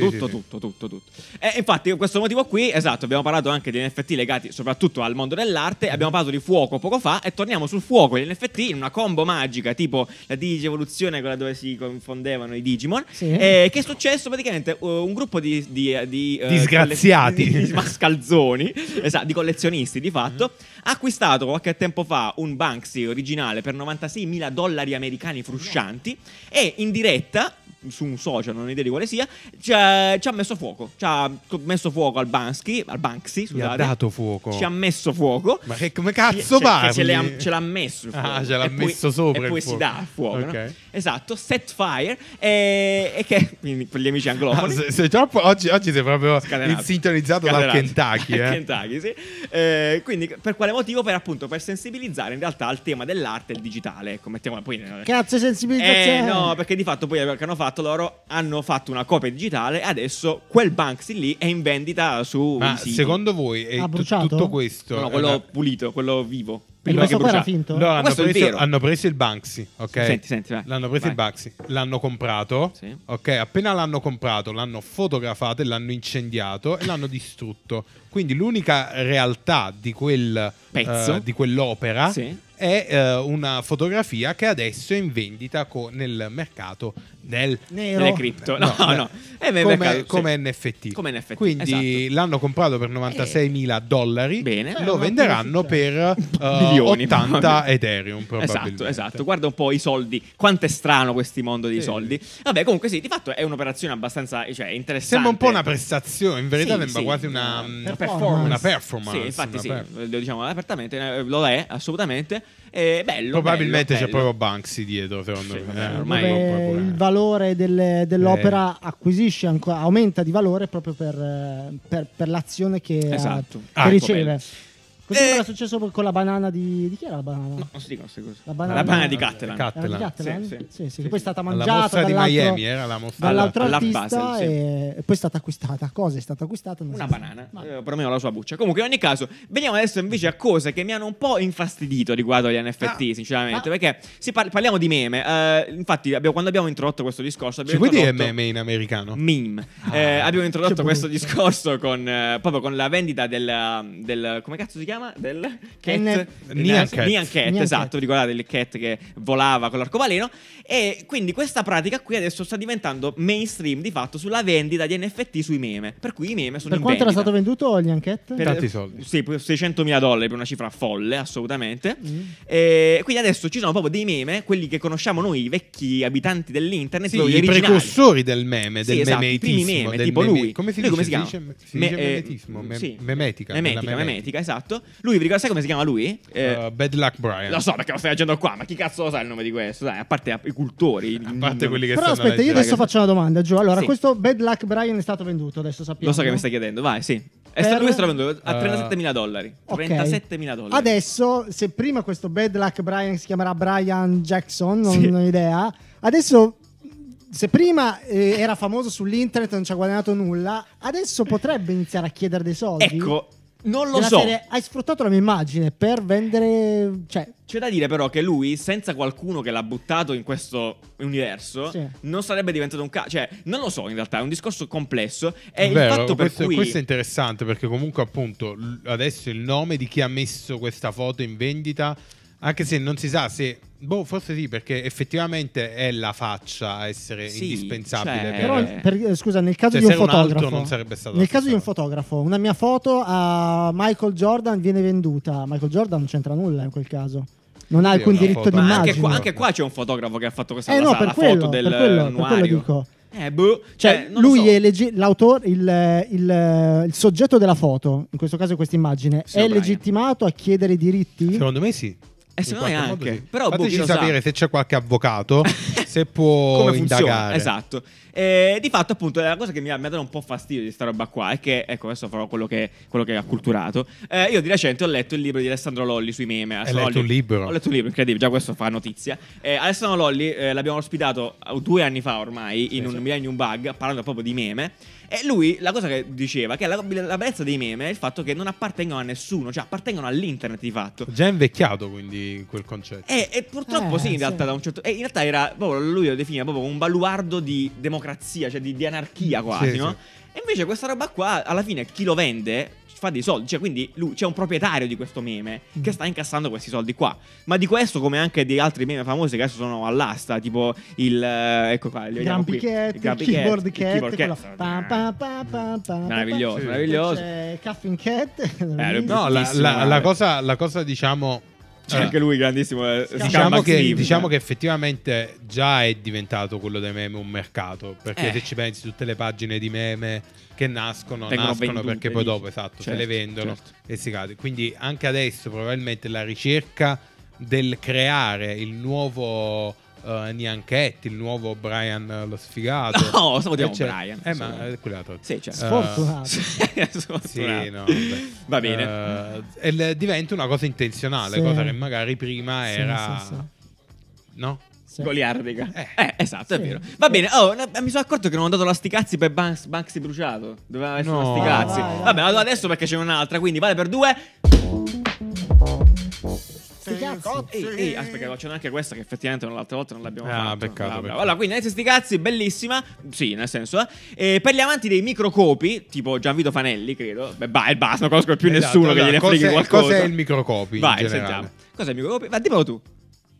Tutto. E infatti, questo motivo qui, esatto, abbiamo parlato anche di NFT legati soprattutto al mondo dell'arte, abbiamo parlato di fuoco poco fa e torniamo sul fuoco e gli NFT in una combo magica, tipo la Digievoluzione, quella dove si confondevano i Digimon. Sì. Che è successo praticamente un gruppo di disgraziati, di mascalzoni, esatto, di collezionisti di fatto, ha acquistato qualche tempo fa un Banksy originale per $96.000 americani fruscianti e in diretta su un social, non ho idea di quale sia, ci ha messo fuoco. Ci ha messo fuoco al Banksy, scusate. Gli ha dato fuoco. Ci ha messo fuoco. Ma che come cazzo parli? Ce l'ha messo il fuoco. Ah, ce l'ha E messo poi, sopra e il poi fuoco. si dà il fuoco, Ok. no? Esatto, set fire e che quindi per gli amici anglofoni. Se troppo, oggi sei proprio Scatenato. sintonizzato dal Kentucky. Kentucky, sì. Quindi per quale motivo? Per appunto per sensibilizzare in realtà al tema dell'arte e il digitale. Ecco, mettiamola poi. Cazzo, sensibilizzazione. No, perché di fatto poi che hanno fatto loro hanno fatto una copia digitale e adesso quel Banksy lì è in vendita su Ma siti. secondo voi è Ha bruciato? tutto questo? No, quello pulito, quello vivo. Il Prima che sopra era bruciato. finto? Loro Questo hanno preso il Banksy, ok? Senti, vai. L'hanno preso Vai. il Banksy, l'hanno comprato, Sì. ok? Appena l'hanno comprato, l'hanno fotografato e l'hanno incendiato e l'hanno distrutto. Quindi l'unica realtà di quel Pezzo. di quell'opera Sì. è una fotografia che adesso è in vendita nel mercato del Nero. Delle cripto. No. come NFT. Come NFT, Quindi esatto. l'hanno comprato per $96.000. Bene. Lo venderanno per Milioni, 80 Ethereum probabilmente. Esatto. Guarda un po' i soldi. Quanto è strano questo mondo dei Sì. soldi. Vabbè, comunque sì, di fatto è un'operazione abbastanza interessante. Sembra un po' una prestazione, in verità Sì, sembra sì. quasi una Performance. una performance. Sì, infatti una sì, per- lo diciamo apertamente, lo è assolutamente. È bello. Probabilmente bello, c'è bello. proprio Banksy dietro, secondo Sì, me. vabbè, ormai Dove il valore dell'opera acquisisce ancora, aumenta di valore proprio per l'azione che, Esatto. che riceve. bello. Così come era successo con la banana di chi era la banana? No, non si dicono queste cose. La banana- banana di Catalan. Era di Catalan? Sì, sì. Sì, che poi è stata Alla mangiata mostra di dall'altro, Miami era la mostra dall'altro alla artista Basel, sì. e poi è stata acquistata. Cosa è stata acquistata? Non Una si sa. banana, Ma- perlomeno la sua buccia. Comunque, in ogni caso, veniamo adesso invece a cose che mi hanno un po' infastidito riguardo agli NFT, sinceramente. Perché parliamo di meme. Infatti, quando abbiamo introdotto questo discorso, Ci abbiamo puoi dire introdotto- meme in americano? Meme. Abbiamo introdotto che questo brutto. discorso proprio con la vendita del come cazzo si chiama? Del cat. Nyan Cat. Nyan Cat, Nyan esatto, Cat. ricordate il cat che volava con l'arcobaleno. E quindi questa pratica qui adesso sta diventando mainstream di fatto sulla vendita di NFT sui meme. Per cui i meme sono Per in quanto era vendita. stato venduto gli Anket? Tanti soldi. Sì, $600.000 per una cifra folle, assolutamente. Mm. E quindi adesso ci sono proprio dei meme, quelli che conosciamo noi, i vecchi abitanti dell'internet, Sì, proprio i gli originali. precursori del meme, Sì, del esatto, i memetismo. primi meme, del tipo meme- lui. Come si Lui dice? si chiama? Si dice memetismo? Sì. Memetica. Memetica, esatto. Lui, vi ricordate sai come si chiama lui? Bad Luck Brian. Lo so perché lo stai leggendo qua, ma chi cazzo lo sa il nome di questo? Dai, a parte i cultori. A parte quelli che Però stanno aspetta, io leggendo. adesso faccio una domanda, Gio. Allora, Sì. questo Bad Luck Brian è stato venduto, adesso sappiamo. Lo so che mi stai chiedendo, vai, sì. Per- Lui è stato venduto a $37.000. Ok. $37.000. Adesso, se prima questo Bad Luck Brian si chiamerà Brian Jackson, non Sì. ho idea. Adesso, se prima era famoso sull'internet e non ci ha guadagnato nulla, adesso potrebbe iniziare a chiedere dei soldi. Ecco, non lo Della so. serie, hai sfruttato la mia immagine per vendere, cioè, C'è da dire però che lui, senza qualcuno che l'ha buttato in questo universo, Sì. non sarebbe diventato un cioè, non lo so in realtà, è un discorso complesso. È il Vero, fatto per questo, cui... questo è interessante perché comunque appunto adesso il nome di chi ha messo questa foto in vendita, anche se non si sa se forse sì, perché effettivamente è la faccia a essere Sì, indispensabile cioè- però scusa, nel caso Cioè, di un se era un altro fotografo, non sarebbe stato nel la caso di un stessa fotografo, una mia foto a Michael Jordan viene venduta. Michael Jordan non c'entra nulla in quel caso. Non ha Sì, alcun una diritto foto. Ma d'immagine. anche qua c'è un fotografo che ha fatto questa no, la per foto quello, del per quello annuario. dico. Cioè, non lui lo so. è l'autore, il soggetto della foto, in questo caso questa immagine, Sì, Brian. legittimato a chiedere i diritti? Secondo me sì. Secondo me In qualche modo anche. sì. Però Fateci chi lo sapere sa. se c'è qualche avvocato, se può come funziona, indagare. esatto. Di fatto, appunto, la cosa che mi ha dato un po' fastidio di sta roba qua è che, ecco, adesso farò quello che ha culturato. Io di recente ho letto il libro di Alessandro Lolli sui meme. Hai letto un libro? Ho letto un libro, incredibile, già questo fa notizia. Alessandro Lolli l'abbiamo ospitato 2 anni fa ormai in un Millennium Bug, parlando proprio di meme. E lui, la cosa che diceva, che la bellezza dei meme è il fatto che non appartengono a nessuno, cioè appartengono all'internet di fatto. Già invecchiato quindi quel concetto. E purtroppo sì, in realtà da un certo... E in realtà era, proprio, lui lo definiva proprio un baluardo di democrazia, cioè di anarchia quasi, Sì, no? sì. E invece questa roba qua, alla fine, chi lo vende fa dei soldi, cioè quindi lui, c'è un proprietario di questo meme che sta incassando questi soldi qua. Ma di questo, come anche di altri meme famosi che adesso sono all'asta, tipo il ecco qua, li vediamo qui. Grumpy Cat, Il Keyboard Cat, meraviglioso, Sì. meraviglioso. c'è Caffin Cat. No, la cosa diciamo C'è anche lui grandissimo. diciamo che effettivamente già è diventato quello dei meme un mercato, perché se ci pensi tutte le pagine di meme che nascono vendute, perché poi dopo se le vendono e si cade. Quindi anche adesso probabilmente la ricerca del creare il nuovo Nyan Cat, il nuovo Brian lo sfigato. No, salutiamo Brian. Ma quella è la sì, certo. Sfortunato. Sì, no, va bene. E diventa una cosa intenzionale, Sì. cosa che magari prima Sì, era sì. no? Sì. Goliardica. Esatto, è Sì. vero. Va bene. Mi sono accorto che non ho dato la sticazzi per Banksy bruciato. Doveva essere No. una sticazzi. Vai. Vabbè, la do adesso perché c'è un'altra, quindi vale per 2. Sti cazzi. Aspetta, c'è anche questa che effettivamente l'altra volta non l'abbiamo Ah, fatto. peccato. Allora, quindi inizia sti cazzi, bellissima. Sì, nel senso, per gli amanti dei microcopi, tipo Gianvito Fanelli, credo. Beh, basta, non conosco più nessuno che gliene freghi qualcosa. Cos'è il microcopi? Vai, in generale? sentiamo. Cos'è il microcopi? Va, dimmelo tu.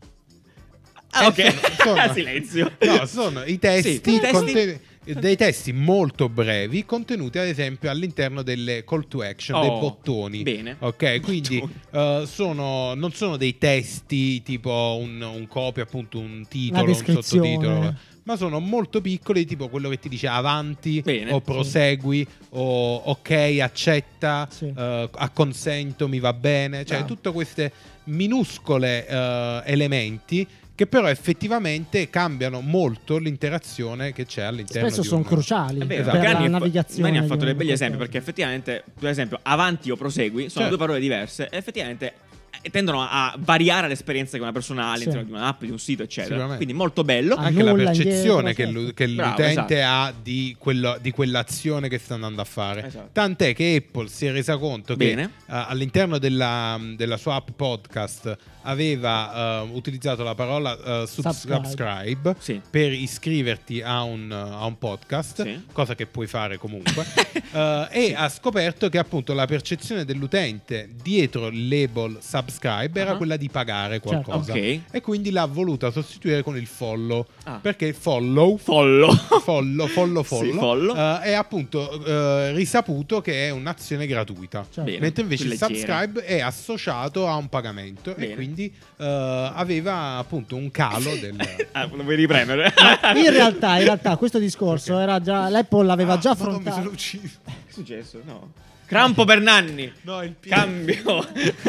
Ok, sono- silenzio. No, sono i testi, Sì, i testi- dei testi molto brevi contenuti ad esempio all'interno delle call to action, dei bottoni. Bene. Ok, quindi non sono dei testi tipo un copy, appunto un titolo, un descrizione. sottotitolo, ma sono molto piccoli, tipo quello che ti dice avanti, Bene. o prosegui, o ok, accetta, Sì. acconsento, mi va bene, cioè Bravo. tutte queste minuscole elementi che però effettivamente cambiano molto l'interazione che c'è all'interno Spesso di sono un... cruciali È vero, Esatto. per perché la Anni navigazione. ha fatto di dei un belli esempi, qualcosa. perché effettivamente, per esempio, avanti o prosegui sono Certo. due parole diverse e effettivamente tendono a variare l'esperienza che una persona ha all'interno Sì. di un'app, di un sito, eccetera. Sicuramente. Quindi molto bello. Ah, Anche la nulla percezione indietro, che Bravo, l'utente esatto. ha di quell'azione che sta andando a fare. Esatto. Tant'è che Apple si è resa conto Bene. che all'interno della sua app podcast aveva utilizzato la parola subscribe Sì. per iscriverti a un podcast, Sì. cosa che puoi fare comunque. E ha scoperto che appunto la percezione dell'utente dietro il label subscribe era Ah. quella di pagare qualcosa. Ok. E quindi l'ha voluta sostituire con il follow. Ah. Perché il follow Follo. Sì, follow. è appunto risaputo che è un'azione gratuita. Certo. Bene, Mentre invece più il leggera. subscribe è associato a un pagamento Bene. e quindi aveva appunto un calo del... Lo vuoi ripremere? In realtà questo discorso era già l'Apple l'aveva già Madonna, mi sono affrontato. ucciso. Che è successo? No. Crampo per Nanni. No, il piede. Cambio.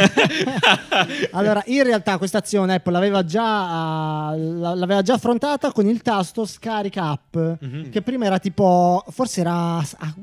Allora, in realtà questa azione Apple l'aveva già affrontata con il tasto scarica app, che prima era tipo, forse era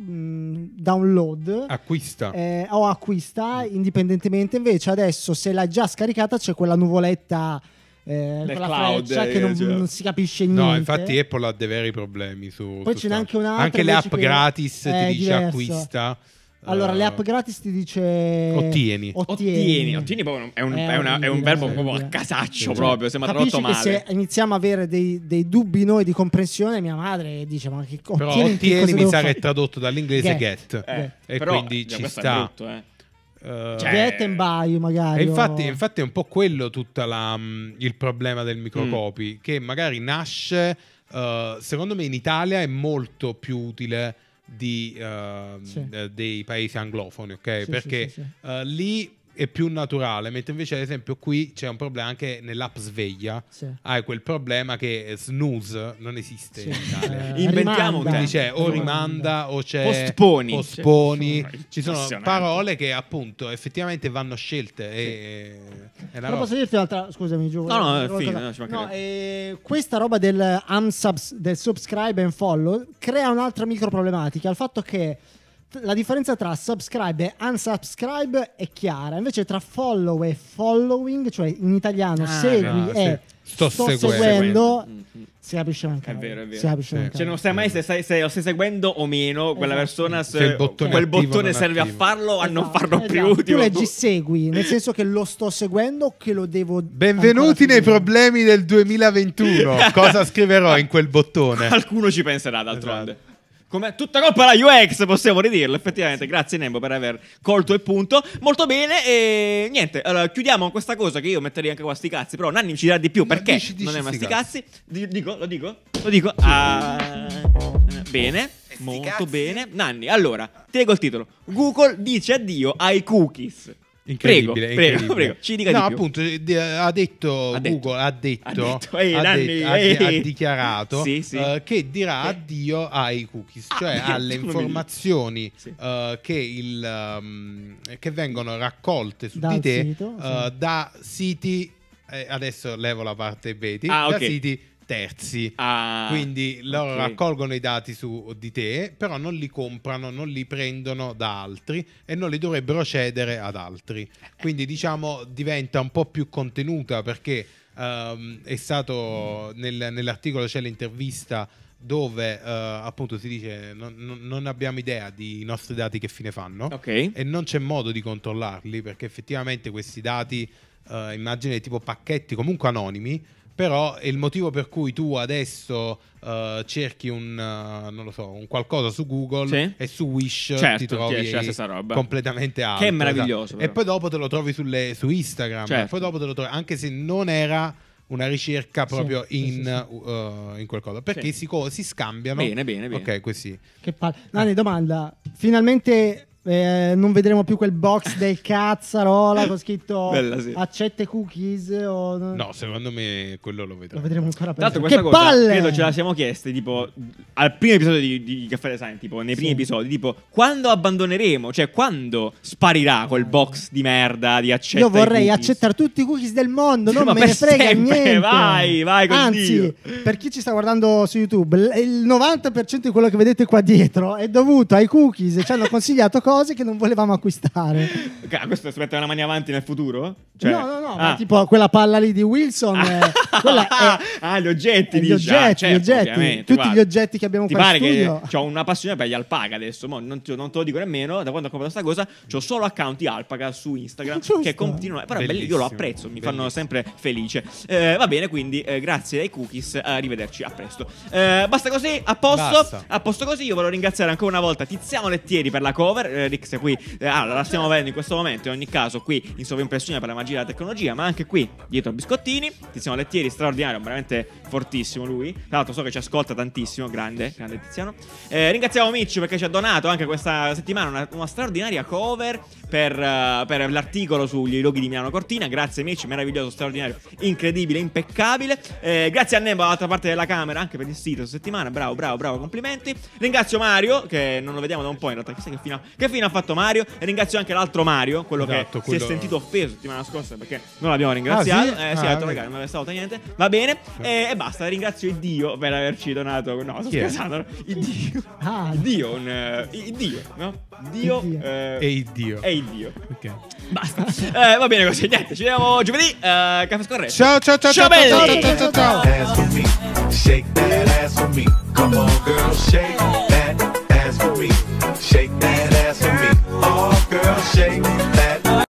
download Acquista. o acquista indipendentemente. Invece adesso se l'hai già scaricata c'è quella nuvoletta, quella cloud, freccia che cioè. non si capisce niente. No, infatti Apple ha dei veri problemi su Poi ce n'è anche un'altra anche le invece app che gratis ti è dice diverso. acquista. Allora, le app gratis ti dice Ottieni. Ottieni proprio è un verbo proprio a casaccio proprio, sembra Capisci tradotto che male. se iniziamo a avere dei dubbi noi di comprensione, mia madre dice ma che Però ottieni, che ottieni cosa mi devo sa che fare? è tradotto dall'inglese get. E Però, quindi già ci questo è sta. brutto, Cioè, Get and buy magari. E infatti è un po' quello tutto il problema del microcopi, che magari nasce, secondo me in Italia è molto più utile dei paesi anglofoni, ok? Sì, Perché sì. lì è più naturale, mentre invece ad esempio qui c'è un problema anche nell'app sveglia. Sì. Hai quel problema che snooze non esiste Sì. in Italia. Inventiamo un Rimanda. Quindi c'è o rimanda o c'è Postponi. Ci sono Impressionante. parole che appunto effettivamente vanno scelte. È una Però roba. posso dirti un'altra, scusami Giù. No, no, è qualcosa. fine, no, ci mancherebbe. Questa roba del del subscribe and follow crea un'altra micro problematica, il fatto che la differenza tra subscribe e unsubscribe è chiara, invece tra follow e following, cioè in italiano segui sì. e Sto seguendo, Mm-hmm. si capisce manco. È vero, è vero. Si capisce Sì. manco. Cioè non sai mai se lo stai seguendo o meno quella Esatto. persona, Se il bottone quel attivo o bottone non serve attivo. a farlo o a non Esatto, farlo esatto. più. Tu tipo, leggi segui, nel senso che lo sto seguendo o che lo devo Benvenuti ancora nei seguire? problemi del 2021. Cosa scriverò in quel bottone? Qualcuno ci penserà d'altronde. Esatto. Come tutta colpa la UX, possiamo ridirlo effettivamente. Grazie Nembo per aver colto il punto. Molto bene. E niente, allora chiudiamo questa cosa che io metterei anche qua sti cazzi. Però Nanni ci dirà di più No, perché dici non è una sti sti cazzi. Lo dico. Bene, molto bene. Nanni, allora, ti leggo il titolo. Google dice addio ai cookies. Incredibile, Prego, incredibile. prego, ci dica no, di più. appunto, Google ha detto, Nanni, ha dichiarato Sì, sì. che dirà addio ai cookies, cioè alle tu non mi informazioni Sì. che vengono raccolte su Dal di te sito, sì. da siti, adesso levo la parte beti, Ah, da ok. siti terzi. Ah, Quindi loro ok. raccolgono i dati su di te, però non li comprano, non li prendono da altri e non li dovrebbero cedere ad altri. Quindi diciamo diventa un po' più contenuta perché è stato nell'articolo c'è l'intervista dove appunto si dice non abbiamo idea di i nostri dati che fine fanno Ok. e non c'è modo di controllarli perché effettivamente questi dati immagine tipo pacchetti comunque anonimi. Però è il motivo per cui tu adesso cerchi non lo so, un qualcosa su Google Sì. e su Wish Certo, ti ti trovi esce la stessa roba. completamente altro. Che è meraviglioso, esatto. però. E poi dopo te lo trovi su Instagram, Certo. poi dopo te lo trovi, anche se non era una ricerca proprio sì, in quel cosa, perché si scambiano. Bene. Ok, così. Che Nanni, domanda. Finalmente non vedremo più quel box del cazzarola con scritto Bella, sì. accetta i cookies o No, secondo me quello lo Lo vedremo. vedremo ancora Tra l'altro per questa Che cosa palle! credo ce la siamo chieste tipo al primo episodio di Caffè Design, tipo nei primi Sì. episodi, tipo quando abbandoneremo, cioè quando sparirà quel box di merda di accetta Io vorrei i cookies? accettare tutti i cookies del mondo, Sì, non ma me per ne frega sempre, niente. vai con Anzi, Dio. per chi ci sta guardando su YouTube, il 90% di quello che vedete qua dietro è dovuto ai cookies e ci hanno consigliato cose che non volevamo acquistare. Questo si mette una mano avanti nel futuro? Cioè- No, ma tipo quella palla lì di Wilson, quella è gli oggetti, gli dici? oggetti, Certo, gli oggetti, ovviamente, tutti guarda. gli oggetti che abbiamo Ti qua in pare studio. che ho una passione per gli alpaca adesso, non te lo dico nemmeno, da quando ho comprato sta cosa c'ho solo account di alpaca su Instagram Giusto. che continuano, però è bello, io Bellissimo, lo apprezzo, mi fanno bellissimo. sempre felice. Va bene, quindi grazie ai cookies, arrivederci, a presto. Basta così, a posto, Basta. a posto così. Io voglio ringraziare ancora una volta Tiziano Lettieri per la cover. Rix è qui, la stiamo vedendo in questo momento, in ogni caso qui in sovraimpressione per la magia della tecnologia, ma anche qui dietro a biscottini. Tiziano Lettieri, straordinario, veramente fortissimo lui. Tra l'altro so che ci ascolta tantissimo, grande Tiziano. Ringraziamo Mitch perché ci ha donato anche questa settimana una straordinaria cover per l'articolo sugli loghi di Milano Cortina. Grazie Mitch, meraviglioso, straordinario, incredibile, impeccabile. Grazie a Nembo dall'altra parte della camera anche per il sito questa settimana, bravo, complimenti. Ringrazio Mario che non lo vediamo da un po' in realtà, chissà che fine ha fatto Mario. E ringrazio anche l'altro Mario, quello Esatto, che quello- si è sentito offeso settimana scorsa perché non l'abbiamo ringraziato. Ah, sì? Sì, ha detto Ah, ragazzi, non aveva stavolta niente. Va bene, e basta. Ringrazio il Dio per averci donato. No, sto Chi è? scherzando. Il Dio. Ah. Il Dio, il Dio, no? Dio, Il Dio. E il Dio. è il Dio. Ok. Basta. Va bene così, niente. Ci vediamo giovedì. Caffè Scorretto. Ciao belli. ciao. Ass for me, shake that ass for me. Come on, girl, shake